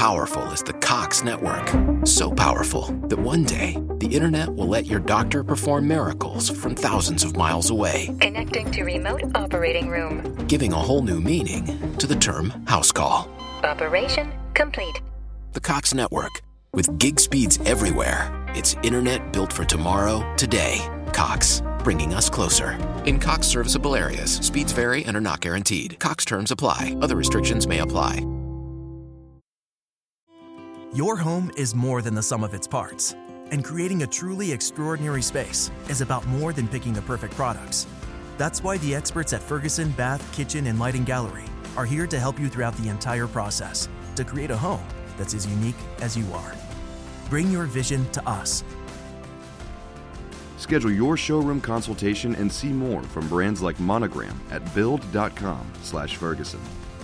powerful is the Cox network. So powerful that one day, the internet will let your doctor perform miracles from thousands of miles away. Connecting to remote operating room. Giving a whole new meaning to the term house call. Operation complete. The Cox network. With gig speeds everywhere. It's internet built for tomorrow, today. Cox, bringing us closer. In Cox serviceable areas, speeds vary and are not guaranteed. Cox terms apply. Other restrictions may apply. Your home is more than the sum of its parts. And creating a truly extraordinary space is about more than picking the perfect products. That's why the experts at Ferguson Bath, Kitchen, and Lighting Gallery are here to help you throughout the entire process to create a home that's as unique as you are. Bring your vision to us. Schedule your showroom consultation and see more from brands like Monogram at build.com/Ferguson.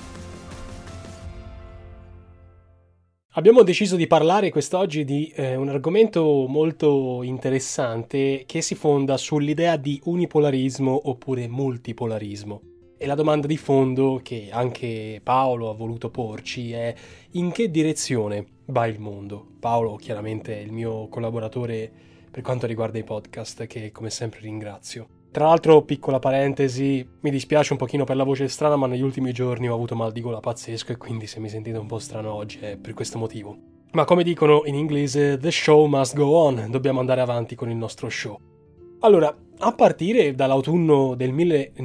Abbiamo deciso di parlare quest'oggi di un argomento molto interessante che si fonda sull'idea di unipolarismo oppure multipolarismo. E la domanda di fondo che anche Paolo ha voluto porci è: in che direzione va il mondo? Paolo chiaramente è il mio collaboratore per quanto riguarda i podcast, che come sempre ringrazio. Tra l'altro, piccola parentesi, mi dispiace un pochino per la voce strana, ma negli ultimi giorni ho avuto mal di gola pazzesco e quindi se mi sentite un po' strano oggi è per questo motivo. Ma come dicono in inglese, the show must go on, dobbiamo andare avanti con il nostro show. Allora, a partire dall'autunno del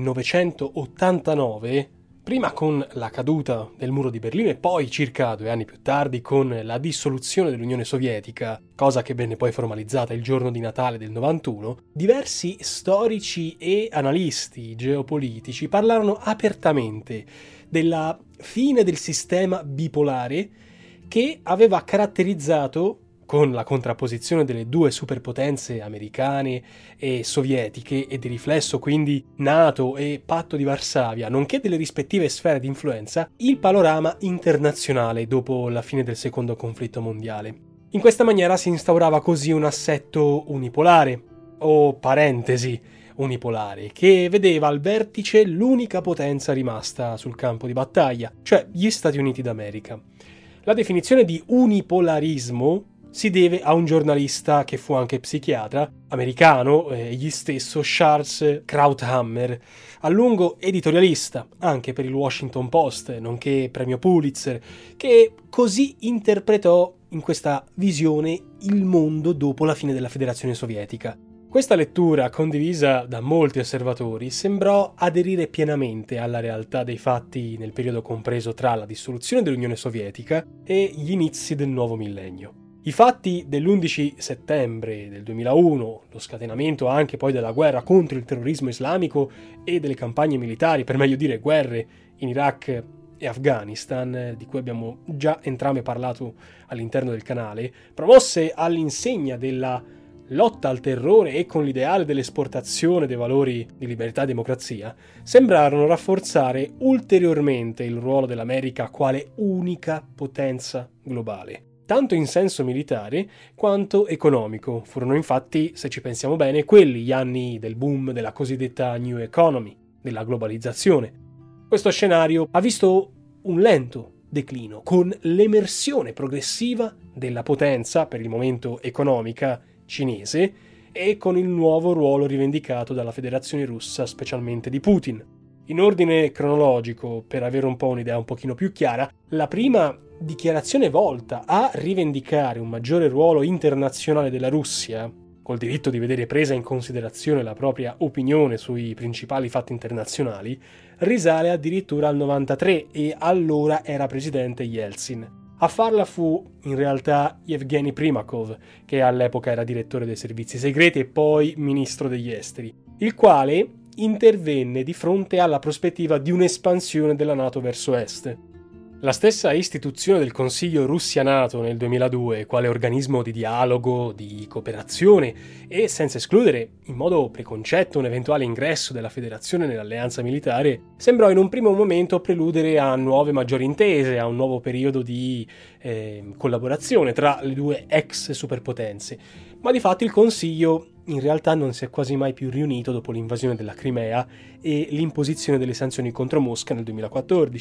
1989, prima con la caduta del muro di Berlino e poi circa 2 anni più tardi con la dissoluzione dell'Unione Sovietica, cosa che venne poi formalizzata il giorno di Natale del 91, diversi storici e analisti geopolitici parlarono apertamente della fine del sistema bipolare che aveva caratterizzato, con la contrapposizione delle due superpotenze americane e sovietiche e di riflesso quindi NATO e Patto di Varsavia, nonché delle rispettive sfere di influenza, il panorama internazionale dopo la fine del secondo conflitto mondiale. In questa maniera si instaurava così un assetto unipolare, o parentesi unipolare, che vedeva al vertice l'unica potenza rimasta sul campo di battaglia, cioè gli Stati Uniti d'America. La definizione di unipolarismo si deve a un giornalista che fu anche psichiatra, americano, egli stesso Charles Krauthammer, a lungo editorialista, anche per il Washington Post, nonché premio Pulitzer, che così interpretò in questa visione il mondo dopo la fine della Federazione Sovietica. Questa lettura, condivisa da molti osservatori, sembrò aderire pienamente alla realtà dei fatti nel periodo compreso tra la dissoluzione dell'Unione Sovietica e gli inizi del nuovo millennio. I fatti dell'11 settembre del 2001, lo scatenamento anche poi della guerra contro il terrorismo islamico e delle campagne militari, per meglio dire guerre, in Iraq e Afghanistan, di cui abbiamo già entrambe parlato all'interno del canale, promosse all'insegna della lotta al terrore e con l'ideale dell'esportazione dei valori di libertà e democrazia, sembrarono rafforzare ulteriormente il ruolo dell'America quale unica potenza globale. Tanto in senso militare quanto economico. Furono infatti, se ci pensiamo bene, quelli gli anni del boom della cosiddetta New Economy, della globalizzazione. Questo scenario ha visto un lento declino, con l'emersione progressiva della potenza, per il momento economica, cinese, e con il nuovo ruolo rivendicato dalla Federazione Russa, specialmente di Putin. In ordine cronologico, per avere un po' un'idea un pochino più chiara, la prima dichiarazione volta a rivendicare un maggiore ruolo internazionale della Russia, col diritto di vedere presa in considerazione la propria opinione sui principali fatti internazionali, risale addirittura al 93 e allora era presidente Yeltsin. A farla fu in realtà Yevgeny Primakov, che all'epoca era direttore dei servizi segreti e poi ministro degli esteri, il quale intervenne di fronte alla prospettiva di un'espansione della NATO verso est. La stessa istituzione del Consiglio Russia-NATO nel 2002, quale organismo di dialogo, di cooperazione e senza escludere in modo preconcetto un eventuale ingresso della federazione nell'alleanza militare, sembrò in un primo momento preludere a nuove maggiori intese, a un nuovo periodo di collaborazione tra le due ex superpotenze. Ma di fatto il Consiglio in realtà non si è quasi mai più riunito dopo l'invasione della Crimea e l'imposizione delle sanzioni contro Mosca nel 2014.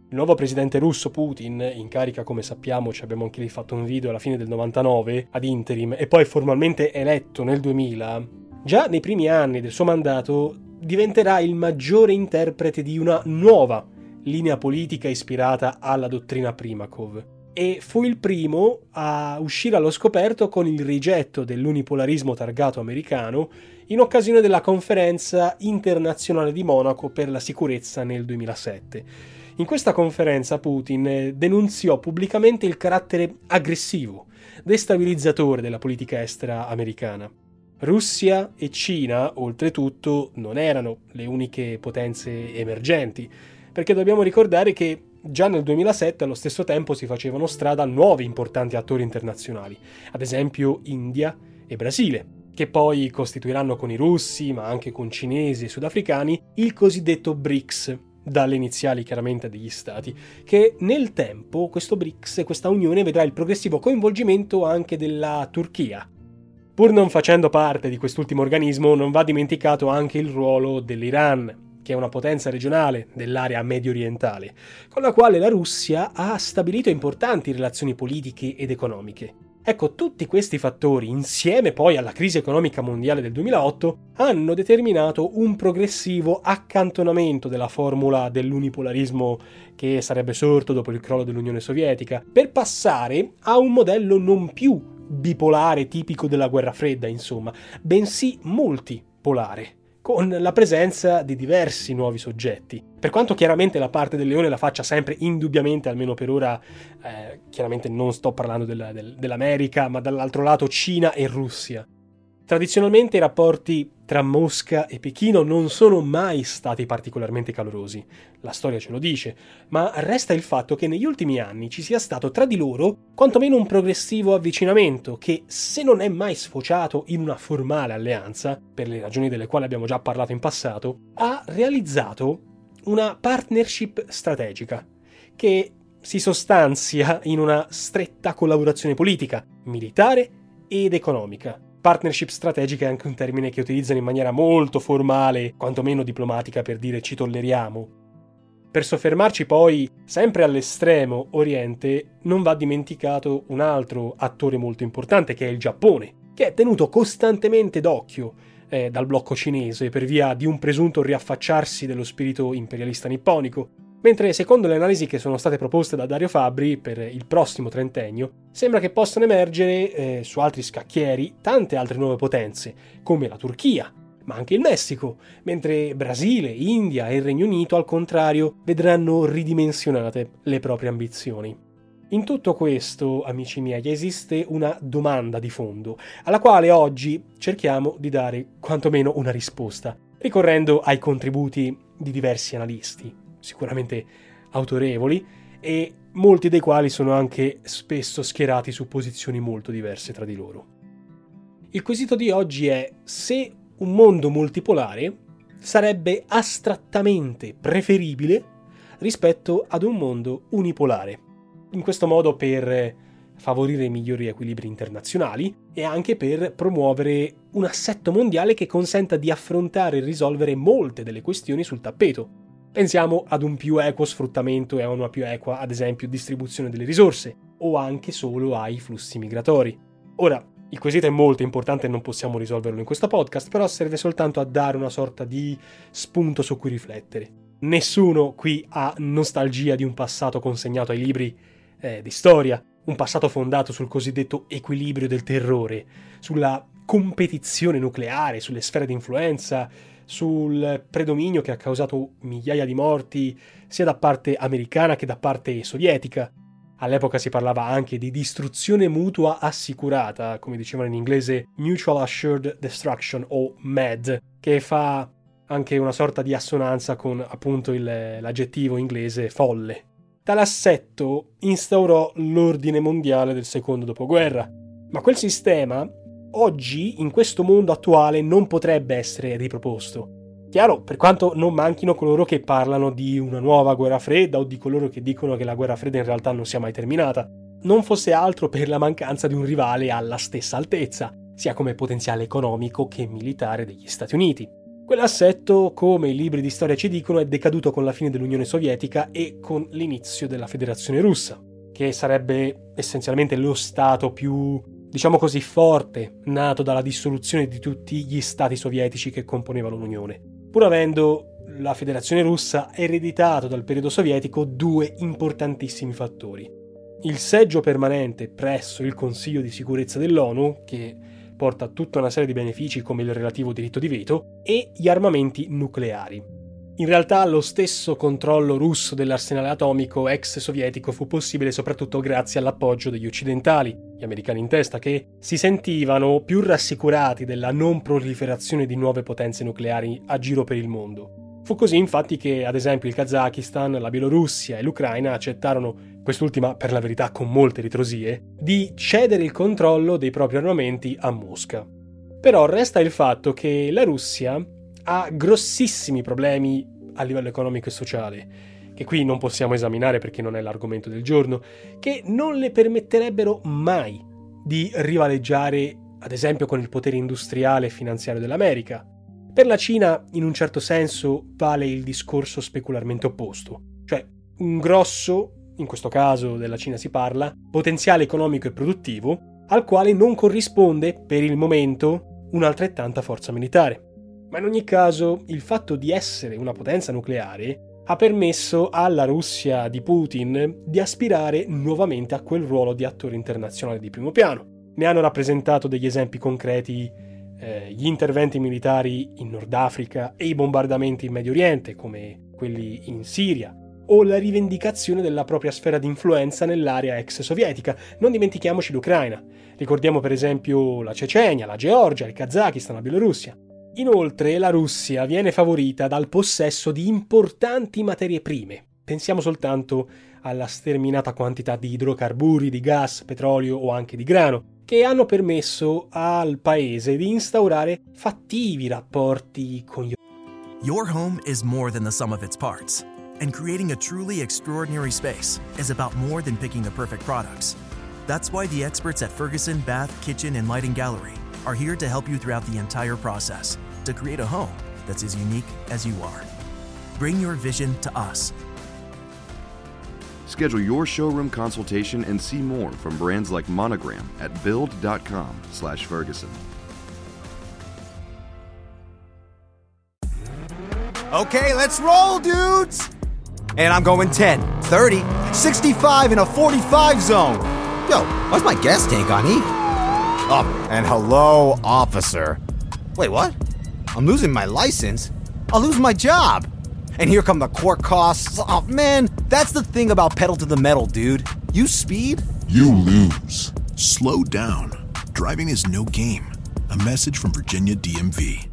Il nuovo presidente russo Putin, in carica come sappiamo, ci abbiamo anche lì fatto un video alla fine del 99 ad interim e poi formalmente eletto nel 2000, già nei primi anni del suo mandato diventerà il maggiore interprete di una nuova linea politica ispirata alla dottrina Primakov e fu il primo a uscire allo scoperto con il rigetto dell'unipolarismo targato americano in occasione della conferenza internazionale di Monaco per la sicurezza nel 2007. In questa conferenza Putin denunziò pubblicamente il carattere aggressivo, destabilizzatore della politica estera americana. Russia e Cina, oltretutto, non erano le uniche potenze emergenti, perché dobbiamo ricordare che già nel 2007 allo stesso tempo si facevano strada nuovi importanti attori internazionali, ad esempio India e Brasile, che poi costituiranno con i russi, ma anche con cinesi e sudafricani, il cosiddetto BRICS, dalle iniziali chiaramente degli stati, che nel tempo questo BRICS, questa unione, vedrà il progressivo coinvolgimento anche della Turchia. Pur non facendo parte di quest'ultimo organismo, non va dimenticato anche il ruolo dell'Iran, che è una potenza regionale dell'area medio orientale, con la quale la Russia ha stabilito importanti relazioni politiche ed economiche. Ecco, tutti questi fattori, insieme poi alla crisi economica mondiale del 2008, hanno determinato un progressivo accantonamento della formula dell'unipolarismo che sarebbe sorto dopo il crollo dell'Unione Sovietica, per passare a un modello non più bipolare tipico della guerra fredda, insomma, bensì multipolare, con la presenza di diversi nuovi soggetti. Per quanto chiaramente la parte del leone la faccia sempre indubbiamente, almeno per ora, chiaramente non sto parlando dell'America, ma dall'altro lato Cina e Russia. Tradizionalmente i rapporti tra Mosca e Pechino non sono mai stati particolarmente calorosi, la storia ce lo dice, ma resta il fatto che negli ultimi anni ci sia stato tra di loro quantomeno un progressivo avvicinamento che, se non è mai sfociato in una formale alleanza, per le ragioni delle quali abbiamo già parlato in passato, ha realizzato una partnership strategica che si sostanzia in una stretta collaborazione politica, militare ed economica. Partnership strategica è anche un termine che utilizzano in maniera molto formale, quantomeno diplomatica, per dire ci tolleriamo. Per soffermarci poi sempre all'estremo oriente, non va dimenticato un altro attore molto importante, che è il Giappone, che è tenuto costantemente d'occhio dal blocco cinese per via di un presunto riaffacciarsi dello spirito imperialista nipponico, mentre secondo le analisi che sono state proposte da Dario Fabbri per il prossimo trentennio, sembra che possano emergere su altri scacchieri tante altre nuove potenze, come la Turchia, ma anche il Messico, mentre Brasile, India e il Regno Unito, al contrario, vedranno ridimensionate le proprie ambizioni. In tutto questo, amici miei, esiste una domanda di fondo, alla quale oggi cerchiamo di dare quantomeno una risposta, ricorrendo ai contributi di diversi analisti, sicuramente autorevoli, e molti dei quali sono anche spesso schierati su posizioni molto diverse tra di loro. Il quesito di oggi è se un mondo multipolare sarebbe astrattamente preferibile rispetto ad un mondo unipolare. In questo modo per favorire migliori equilibri internazionali e anche per promuovere un assetto mondiale che consenta di affrontare e risolvere molte delle questioni sul tappeto. Pensiamo ad un più equo sfruttamento e a una più equa, ad esempio, distribuzione delle risorse, o anche solo ai flussi migratori. Ora, il quesito è molto importante e non possiamo risolverlo in questo podcast, però serve soltanto a dare una sorta di spunto su cui riflettere. Nessuno qui ha nostalgia di un passato consegnato ai libri di storia, un passato fondato sul cosiddetto equilibrio del terrore, sulla competizione nucleare, sulle sfere di influenza, sul predominio che ha causato migliaia di morti sia da parte americana che da parte sovietica. All'epoca si parlava anche di distruzione mutua assicurata, come dicevano in inglese Mutual Assured Destruction o MAD, che fa anche una sorta di assonanza con appunto l'aggettivo inglese folle. Tale assetto instaurò l'ordine mondiale del secondo dopoguerra, ma quel sistema oggi, in questo mondo attuale, non potrebbe essere riproposto. Chiaro, per quanto non manchino coloro che parlano di una nuova guerra fredda o di coloro che dicono che la guerra fredda in realtà non sia mai terminata, non fosse altro per la mancanza di un rivale alla stessa altezza, sia come potenziale economico che militare degli Stati Uniti. Quell'assetto, come i libri di storia ci dicono, è decaduto con la fine dell'Unione Sovietica e con l'inizio della Federazione Russa, che sarebbe essenzialmente lo stato più, diciamo così, forte, nato dalla dissoluzione di tutti gli stati sovietici che componevano l'Unione, pur avendo la Federazione Russa ereditato dal periodo sovietico due importantissimi fattori. Il seggio permanente presso il Consiglio di sicurezza dell'ONU, che porta tutta una serie di benefici come il relativo diritto di veto, e gli armamenti nucleari. In realtà lo stesso controllo russo dell'arsenale atomico ex sovietico fu possibile soprattutto grazie all'appoggio degli occidentali, gli americani in testa, che si sentivano più rassicurati della non proliferazione di nuove potenze nucleari a giro per il mondo. Fu così infatti che, ad esempio, il Kazakistan, la Bielorussia e l'Ucraina accettarono, quest'ultima per la verità con molte ritrosie, di cedere il controllo dei propri armamenti a Mosca. Però resta il fatto che la Russia ha grossissimi problemi a livello economico e sociale, che qui non possiamo esaminare perché non è l'argomento del giorno, che non le permetterebbero mai di rivaleggiare, ad esempio, con il potere industriale e finanziario dell'America. Per la Cina, in un certo senso, vale il discorso specularmente opposto, cioè un grosso, in questo caso della Cina si parla, potenziale economico e produttivo, al quale non corrisponde, per il momento, un'altrettanta forza militare. Ma in ogni caso, il fatto di essere una potenza nucleare ha permesso alla Russia di Putin di aspirare nuovamente a quel ruolo di attore internazionale di primo piano. Ne hanno rappresentato degli esempi concreti gli interventi militari in Nord Africa e i bombardamenti in Medio Oriente, come quelli in Siria, o la rivendicazione della propria sfera di influenza nell'area ex sovietica. Non dimentichiamoci l'Ucraina. Ricordiamo per esempio la Cecenia, la Georgia, il Kazakistan, la Bielorussia. Inoltre la Russia viene favorita dal possesso di importanti materie prime. Pensiamo soltanto alla sterminata quantità di idrocarburi, di gas, petrolio o anche di grano, che hanno permesso al paese di instaurare fattivi rapporti con gli... Your home is more than the sum of its parts, and creating a truly extraordinary space is about more than picking the perfect products. That's why the experts at Ferguson Bath, Kitchen, and Lighting Gallery are here to help you throughout the entire process to create a home that's as unique as you are. Bring your vision to us. Schedule your showroom consultation and see more from brands like Monogram at build.com/Ferguson. Okay, let's roll, dudes! And I'm going 10, 30, 65 in a 45 zone. Yo, why's my gas tank on E? Oh, and hello, officer. Wait, what? I'm losing my license? I'll lose my job. And here come the court costs. Oh, man, that's the thing about pedal to the metal, dude. You speed, you lose. Slow down. Driving is no game. A message from Virginia DMV.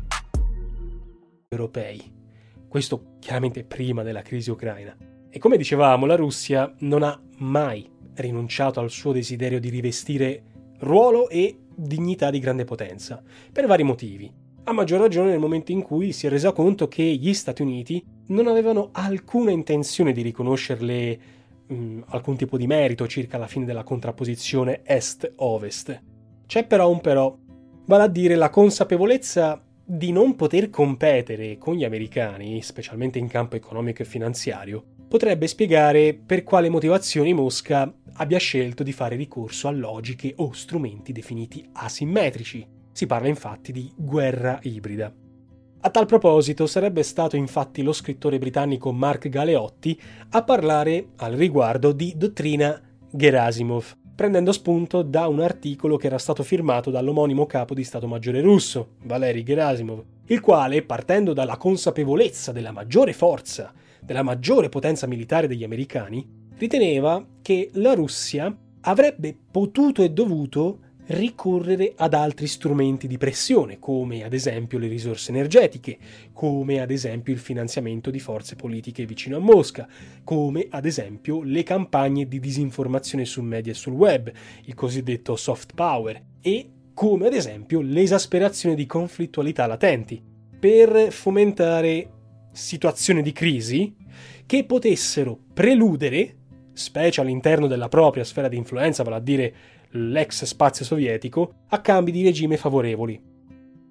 Europei. Questo chiaramente prima della crisi ucraina. E come dicevamo, la Russia non ha mai rinunciato al suo desiderio di rivestire ruolo e dignità di grande potenza, per vari motivi. A maggior ragione nel momento in cui si è resa conto che gli Stati Uniti non avevano alcuna intenzione di riconoscerle alcun tipo di merito circa la fine della contrapposizione Est-Ovest. C'è però un però, vale a dire la consapevolezza di non poter competere con gli americani, specialmente in campo economico e finanziario, potrebbe spiegare per quale motivazioni Mosca abbia scelto di fare ricorso a logiche o strumenti definiti asimmetrici. Si parla infatti di guerra ibrida. A tal proposito sarebbe stato infatti lo scrittore britannico Mark Galeotti a parlare al riguardo di dottrina Gerasimov, prendendo spunto da un articolo che era stato firmato dall'omonimo capo di Stato Maggiore russo, Valery Gerasimov, il quale, partendo dalla consapevolezza della maggiore forza, della maggiore potenza militare degli americani, riteneva che la Russia avrebbe potuto e dovuto ricorrere ad altri strumenti di pressione, come ad esempio le risorse energetiche, come ad esempio il finanziamento di forze politiche vicino a Mosca, come ad esempio le campagne di disinformazione su media e sul web, il cosiddetto soft power, e come ad esempio l'esasperazione di conflittualità latenti, per fomentare situazioni di crisi che potessero preludere, specie all'interno della propria sfera di influenza, vale a dire l'ex spazio sovietico, a cambi di regime favorevoli.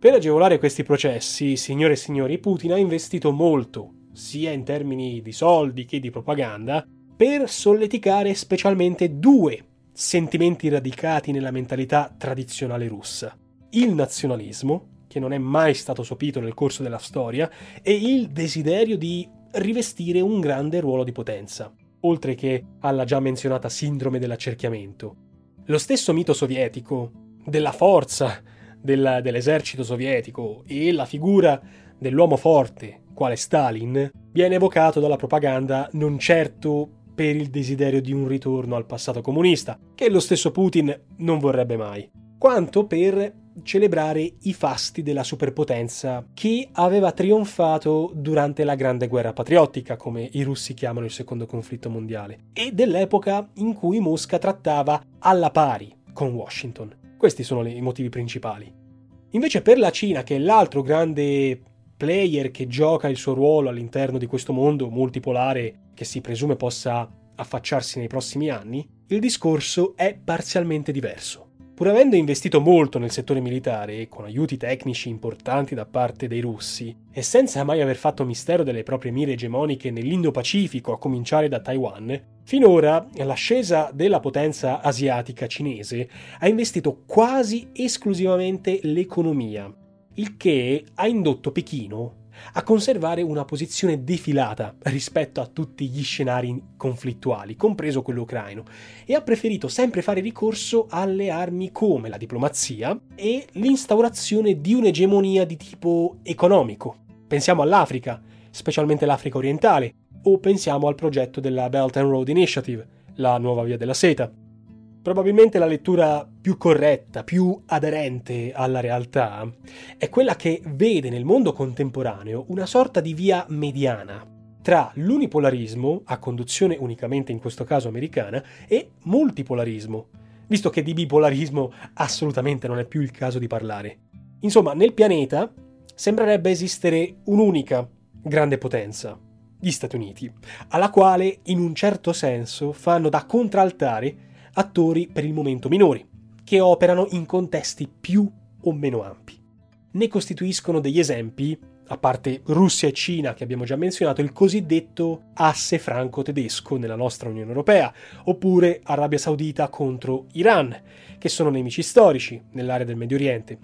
Per agevolare questi processi, signore e signori, Putin ha investito molto, sia in termini di soldi che di propaganda, per solleticare specialmente due sentimenti radicati nella mentalità tradizionale russa: il nazionalismo, che non è mai stato sopito nel corso della storia, e il desiderio di rivestire un grande ruolo di potenza, oltre che alla già menzionata sindrome dell'accerchiamento. Lo stesso mito sovietico della forza dell'esercito sovietico e la figura dell'uomo forte, quale Stalin, viene evocato dalla propaganda non certo per il desiderio di un ritorno al passato comunista, che lo stesso Putin non vorrebbe mai, quanto per celebrare i fasti della superpotenza che aveva trionfato durante la Grande Guerra Patriottica, come i russi chiamano il secondo conflitto mondiale, e dell'epoca in cui Mosca trattava alla pari con Washington. Questi sono i motivi principali. Invece per la Cina, che è l'altro grande player che gioca il suo ruolo all'interno di questo mondo multipolare che si presume possa affacciarsi nei prossimi anni, il discorso è parzialmente diverso. Pur avendo investito molto nel settore militare, con aiuti tecnici importanti da parte dei russi, e senza mai aver fatto mistero delle proprie mire egemoniche nell'Indo-Pacifico, a cominciare da Taiwan, finora l'ascesa della potenza asiatica cinese ha investito quasi esclusivamente l'economia, il che ha indotto Pechino a conservare una posizione defilata rispetto a tutti gli scenari conflittuali, compreso quello ucraino, e ha preferito sempre fare ricorso alle armi come la diplomazia e l'instaurazione di un'egemonia di tipo economico. Pensiamo all'Africa, specialmente l'Africa orientale, o pensiamo al progetto della Belt and Road Initiative, la nuova via della seta. Probabilmente la lettura più corretta, più aderente alla realtà, è quella che vede nel mondo contemporaneo una sorta di via mediana tra l'unipolarismo, a conduzione unicamente in questo caso americana, e multipolarismo, visto che di bipolarismo assolutamente non è più il caso di parlare. Insomma, nel pianeta sembrerebbe esistere un'unica grande potenza, gli Stati Uniti, alla quale in un certo senso fanno da contraltare attori per il momento minori, che operano in contesti più o meno ampi. Ne costituiscono degli esempi, a parte Russia e Cina che abbiamo già menzionato, il cosiddetto asse franco-tedesco nella nostra Unione Europea, oppure Arabia Saudita contro Iran, che sono nemici storici nell'area del Medio Oriente.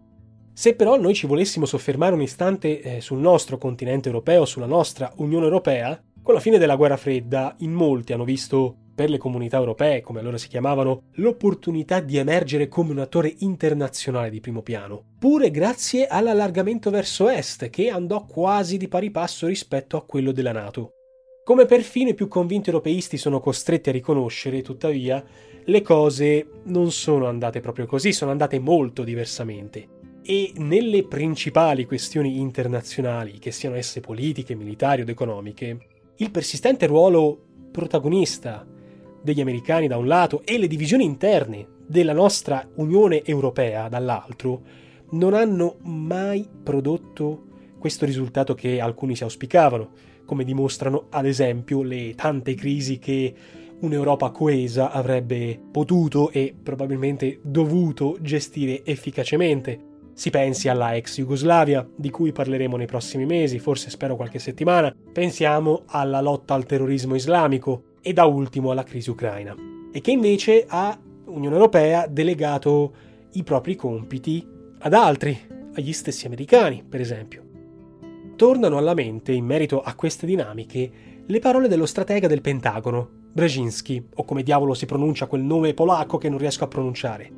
Se però noi ci volessimo soffermare un istante sul nostro continente europeo, sulla nostra Unione Europea, con la fine della Guerra Fredda in molti hanno visto per le comunità europee, come allora si chiamavano, l'opportunità di emergere come un attore internazionale di primo piano, pure grazie all'allargamento verso est, che andò quasi di pari passo rispetto a quello della NATO. Come perfino i più convinti europeisti sono costretti a riconoscere, tuttavia, le cose non sono andate proprio così, sono andate molto diversamente. E nelle principali questioni internazionali, che siano esse politiche, militari o economiche, il persistente ruolo protagonista degli americani da un lato e le divisioni interne della nostra Unione Europea dall'altro non hanno mai prodotto questo risultato che alcuni si auspicavano, come dimostrano ad esempio le tante crisi che un'Europa coesa avrebbe potuto e probabilmente dovuto gestire efficacemente. Si pensi alla ex Jugoslavia, di cui parleremo nei prossimi mesi, forse spero qualche settimana. Pensiamo alla lotta al terrorismo islamico e da ultimo alla crisi ucraina. E che invece ha Unione Europea delegato i propri compiti ad altri, agli stessi americani, per esempio. Tornano alla mente, in merito a queste dinamiche, le parole dello stratega del Pentagono, Brzezinski, o come diavolo si pronuncia quel nome polacco che non riesco a pronunciare.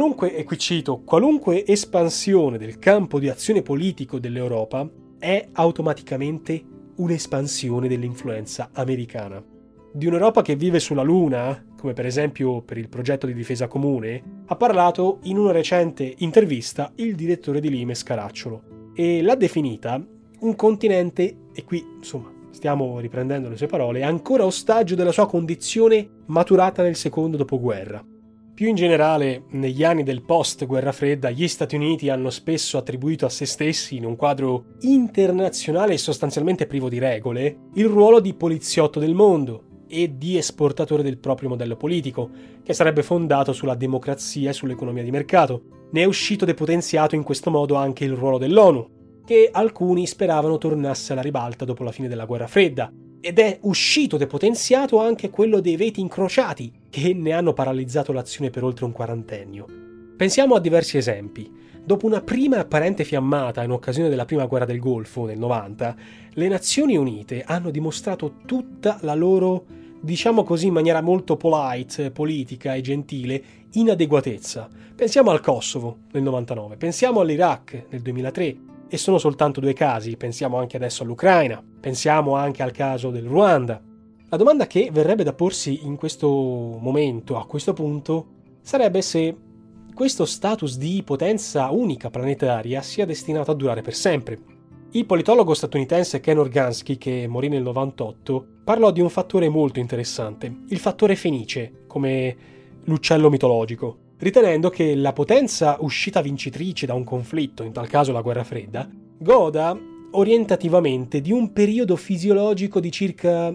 E qui cito, qualunque espansione del campo di azione politico dell'Europa è automaticamente un'espansione dell'influenza americana. Di un'Europa che vive sulla Luna, come per esempio per il progetto di difesa comune, ha parlato in una recente intervista il direttore di Limes Caracciolo e l'ha definita un continente, e qui insomma stiamo riprendendo le sue parole, ancora ostaggio della sua condizione maturata nel secondo dopoguerra. Più in generale, negli anni del post-guerra fredda, gli Stati Uniti hanno spesso attribuito a se stessi, in un quadro internazionale e sostanzialmente privo di regole, il ruolo di poliziotto del mondo e di esportatore del proprio modello politico, che sarebbe fondato sulla democrazia e sull'economia di mercato. Ne è uscito depotenziato in questo modo anche il ruolo dell'ONU, che alcuni speravano tornasse alla ribalta dopo la fine della Guerra Fredda, ed è uscito depotenziato anche quello dei veti incrociati, che ne hanno paralizzato l'azione per oltre un quarantennio. Pensiamo a diversi esempi. Dopo una prima apparente fiammata in occasione della prima guerra del Golfo nel 90, le Nazioni Unite hanno dimostrato tutta la loro, diciamo così in maniera molto polite, politica e gentile, inadeguatezza. Pensiamo al Kosovo nel 99, pensiamo all'Iraq nel 2003, e sono soltanto 2 casi, pensiamo anche adesso all'Ucraina, pensiamo anche al caso del Ruanda. La domanda che verrebbe da porsi in questo momento, a questo punto, sarebbe se questo status di potenza unica planetaria sia destinato a durare per sempre. Il politologo statunitense Ken Organsky, che morì nel 98, parlò di un fattore molto interessante, il fattore Fenice, come l'uccello mitologico, ritenendo che la potenza uscita vincitrice da un conflitto, in tal caso la Guerra Fredda, goda orientativamente di un periodo fisiologico di circa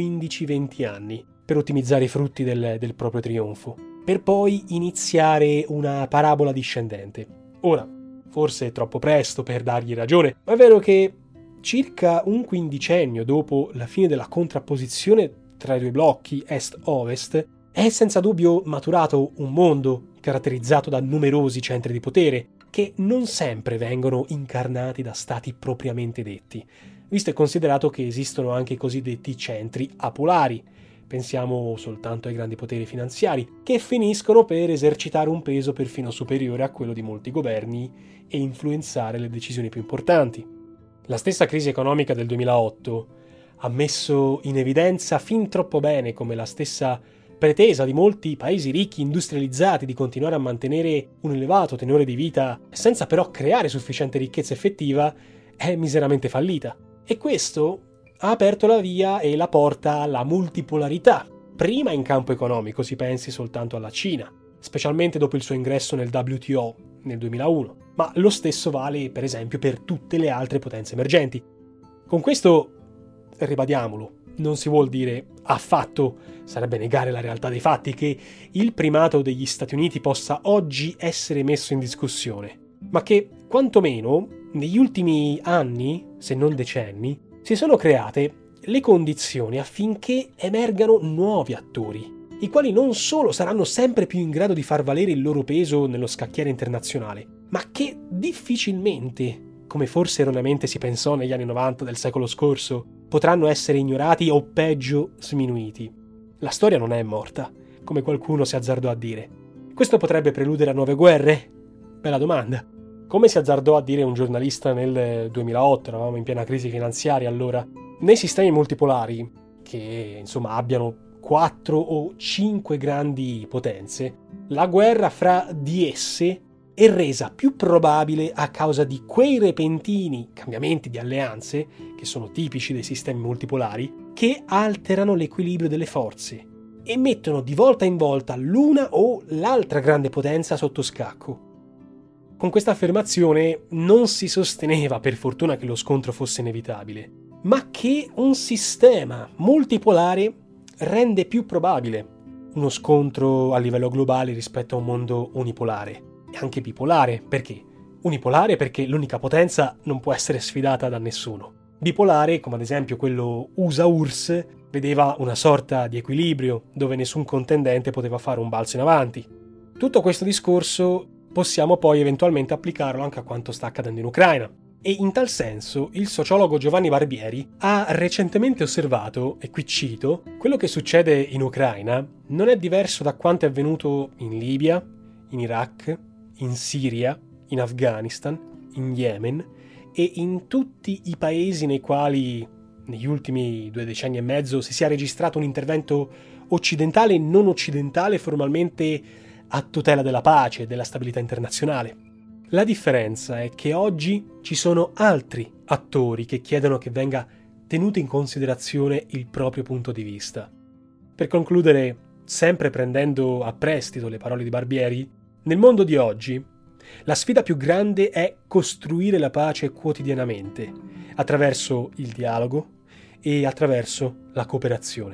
15-20 anni per ottimizzare i frutti del proprio trionfo, per poi iniziare una parabola discendente. Ora, forse è troppo presto per dargli ragione, ma è vero che circa un quindicennio dopo la fine della contrapposizione tra i 2 blocchi est-ovest è senza dubbio maturato un mondo caratterizzato da numerosi centri di potere che non sempre vengono incarnati da stati propriamente detti, visto e considerato che esistono anche i cosiddetti centri apolari. Pensiamo soltanto ai grandi poteri finanziari, che finiscono per esercitare un peso perfino superiore a quello di molti governi e influenzare le decisioni più importanti. La stessa crisi economica del 2008 ha messo in evidenza fin troppo bene come la stessa pretesa di molti paesi ricchi industrializzati di continuare a mantenere un elevato tenore di vita senza però creare sufficiente ricchezza effettiva è miseramente fallita. E questo ha aperto la via e la porta alla multipolarità. Prima in campo economico, si pensi soltanto alla Cina, specialmente dopo il suo ingresso nel WTO nel 2001, ma lo stesso vale per esempio per tutte le altre potenze emergenti. Con questo, ribadiamolo, non si vuol dire affatto, sarebbe negare la realtà dei fatti, che il primato degli Stati Uniti possa oggi essere messo in discussione, ma che quantomeno negli ultimi anni, se non decenni, si sono create le condizioni affinché emergano nuovi attori, i quali non solo saranno sempre più in grado di far valere il loro peso nello scacchiere internazionale, ma che difficilmente, come forse erroneamente si pensò negli anni 90 del secolo scorso, potranno essere ignorati o peggio sminuiti. La storia non è morta, come qualcuno si azzardò a dire. Questo potrebbe preludere a nuove guerre? Bella domanda. Come si azzardò a dire un giornalista nel 2008, eravamo in piena crisi finanziaria allora, nei sistemi multipolari, che insomma abbiano 4 o 5 grandi potenze, la guerra fra di esse è resa più probabile a causa di quei repentini cambiamenti di alleanze, che sono tipici dei sistemi multipolari, che alterano l'equilibrio delle forze e mettono di volta in volta l'una o l'altra grande potenza sotto scacco. Con questa affermazione non si sosteneva per fortuna che lo scontro fosse inevitabile, ma che un sistema multipolare rende più probabile uno scontro a livello globale rispetto a un mondo unipolare e anche bipolare. Perché? Unipolare perché l'unica potenza non può essere sfidata da nessuno. Bipolare, come ad esempio quello USA-URSS, vedeva una sorta di equilibrio dove nessun contendente poteva fare un balzo in avanti. Tutto questo discorso possiamo poi eventualmente applicarlo anche a quanto sta accadendo in Ucraina. E in tal senso il sociologo Giovanni Barbieri ha recentemente osservato, e qui cito, quello che succede in Ucraina non è diverso da quanto è avvenuto in Libia, in Iraq, in Siria, in Afghanistan, in Yemen e in tutti i paesi nei quali negli ultimi 2 decenni e mezzo si sia registrato un intervento occidentale e non occidentale formalmente a tutela della pace e della stabilità internazionale. La differenza è che oggi ci sono altri attori che chiedono che venga tenuto in considerazione il proprio punto di vista. Per concludere, sempre prendendo a prestito le parole di Barbieri, nel mondo di oggi la sfida più grande è costruire la pace quotidianamente, attraverso il dialogo e attraverso la cooperazione.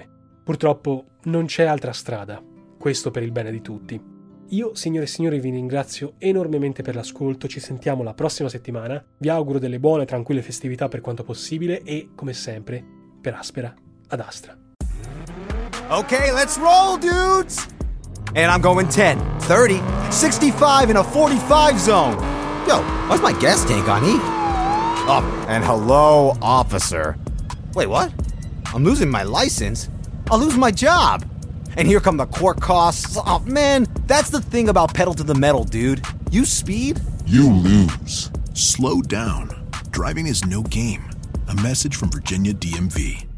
Purtroppo non c'è altra strada, questo per il bene di tutti. Io, signore e signori, vi ringrazio enormemente per l'ascolto, ci sentiamo la prossima settimana, vi auguro delle buone e tranquille festività per quanto possibile e, come sempre, per Aspera ad Astra. Okay, let's roll, dudes! And I'm going 10, 30, 65 in a 45 zone. Yo, why's my gas tank on E? Oh, and hello, officer. Wait, what? I'm losing my license? I'll lose my job. And here come the court costs. Oh, man, that's the thing about pedal to the metal, dude. You speed, You lose. Slow down. Driving is no game. A message from Virginia DMV.